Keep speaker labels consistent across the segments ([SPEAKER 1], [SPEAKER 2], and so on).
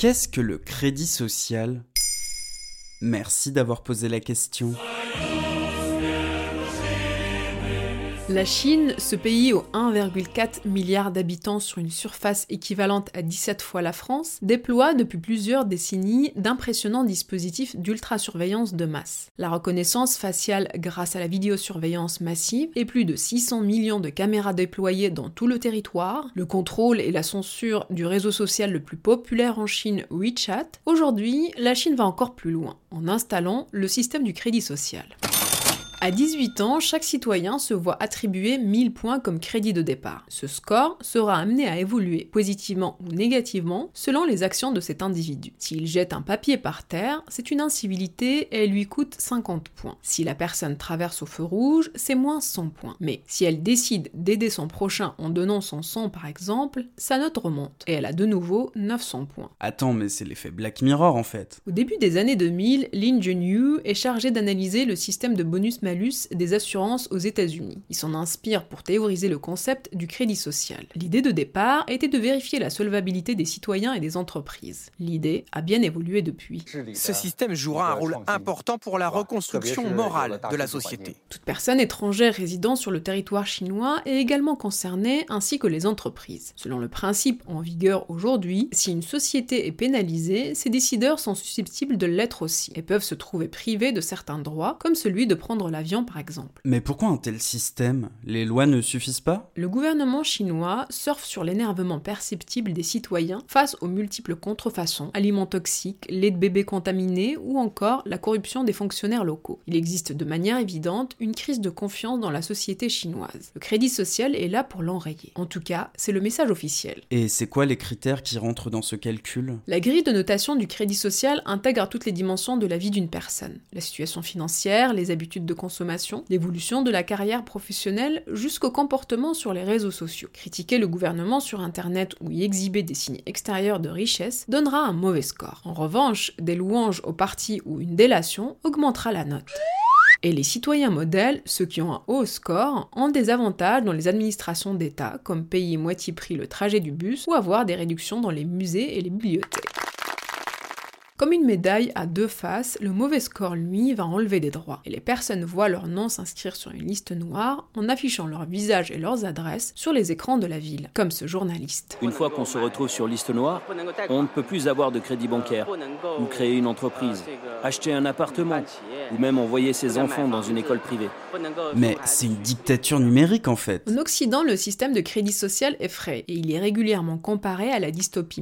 [SPEAKER 1] Qu'est-ce que le crédit social ? Merci d'avoir posé la question.
[SPEAKER 2] La Chine, ce pays aux 1,4 milliard d'habitants sur une surface équivalente à 17 fois la France, déploie depuis plusieurs décennies d'impressionnants dispositifs d'ultrasurveillance de masse. La reconnaissance faciale grâce à la vidéosurveillance massive et plus de 600 millions de caméras déployées dans tout le territoire, le contrôle et la censure du réseau social le plus populaire en Chine, WeChat. Aujourd'hui, la Chine va encore plus loin, en installant le système du crédit social. À 18 ans, chaque citoyen se voit attribuer 1000 points comme crédit de départ. Ce score sera amené à évoluer positivement ou négativement selon les actions de cet individu. S'il jette un papier par terre, c'est une incivilité et elle lui coûte 50 points. Si la personne traverse au feu rouge, c'est moins 100 points. Mais si elle décide d'aider son prochain en donnant son sang par exemple, sa note remonte et elle a de nouveau 900 points.
[SPEAKER 1] Attends, mais c'est l'effet Black Mirror en fait.
[SPEAKER 2] Au début des années 2000, Lin Junyu est chargé d'analyser le système de bonus-malus des assurances aux États-Unis. Il s'en inspire pour théoriser le concept du crédit social. L'idée de départ était de vérifier la solvabilité des citoyens et des entreprises. L'idée a bien évolué depuis.
[SPEAKER 3] Ce système jouera un rôle important pour la reconstruction morale de la société.
[SPEAKER 2] Toute personne étrangère résidant sur le territoire chinois est également concernée, ainsi que les entreprises. Selon le principe en vigueur aujourd'hui, si une société est pénalisée, ses décideurs sont susceptibles de l'être aussi, et peuvent se trouver privés de certains droits, comme celui de prendre l'avion par exemple.
[SPEAKER 1] Mais pourquoi un tel système ? Les lois ne suffisent pas ?
[SPEAKER 2] Le gouvernement chinois surfe sur l'énervement perceptible des citoyens face aux multiples contrefaçons, aliments toxiques, lait de bébé contaminé ou encore la corruption des fonctionnaires locaux. Il existe de manière évidente une crise de confiance dans la société chinoise. Le crédit social est là pour l'enrayer. En tout cas, c'est le message officiel.
[SPEAKER 1] Et c'est quoi les critères qui rentrent dans ce calcul ?
[SPEAKER 2] La grille de notation du crédit social intègre toutes les dimensions de la vie d'une personne. La situation financière, les habitudes de consommation, l'évolution de la carrière professionnelle jusqu'au comportement sur les réseaux sociaux. Critiquer le gouvernement sur internet ou y exhiber des signes extérieurs de richesse donnera un mauvais score. En revanche, des louanges au parti ou une délation augmentera la note. Et les citoyens modèles, ceux qui ont un haut score, ont des avantages dans les administrations d'État, comme payer moitié prix le trajet du bus ou avoir des réductions dans les musées et les bibliothèques. Comme une médaille à deux faces, le mauvais score, lui, va enlever des droits. Et les personnes voient leur nom s'inscrire sur une liste noire en affichant leur visage et leurs adresses sur les écrans de la ville, comme ce journaliste.
[SPEAKER 4] Une fois qu'on se retrouve sur liste noire, on ne peut plus avoir de crédit bancaire, ou créer une entreprise, acheter un appartement, ou même envoyer ses enfants dans une école privée.
[SPEAKER 1] Mais c'est une dictature numérique en fait.
[SPEAKER 2] En Occident, le système de crédit social effraie, et il est régulièrement comparé à la dystopie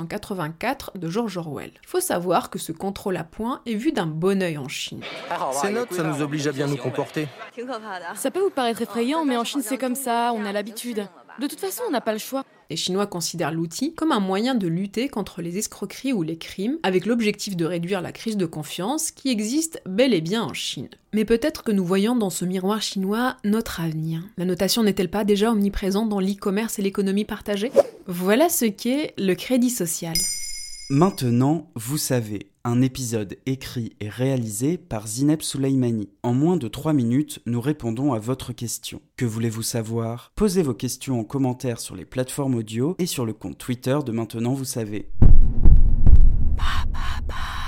[SPEAKER 2] 1984 de George Orwell. Il faut savoir que ce contrôle à points est vu d'un bon œil en Chine.
[SPEAKER 3] Ces notes, ça nous oblige à bien nous comporter.
[SPEAKER 5] Ça peut vous paraître effrayant, mais en Chine c'est comme ça, on a l'habitude. De toute façon, on n'a pas le choix.
[SPEAKER 2] Les Chinois considèrent l'outil comme un moyen de lutter contre les escroqueries ou les crimes, avec l'objectif de réduire la crise de confiance qui existe bel et bien en Chine. Mais peut-être que nous voyons dans ce miroir chinois notre avenir. La notation n'est-elle pas déjà omniprésente dans l'e-commerce et l'économie partagée ? Voilà ce qu'est le crédit social.
[SPEAKER 1] Maintenant, vous savez, un épisode écrit et réalisé par Zineb Souleimani. En moins de 3 minutes, nous répondons à votre question. Que voulez-vous savoir ? Posez vos questions en commentaire sur les plateformes audio et sur le compte Twitter de Maintenant, vous savez.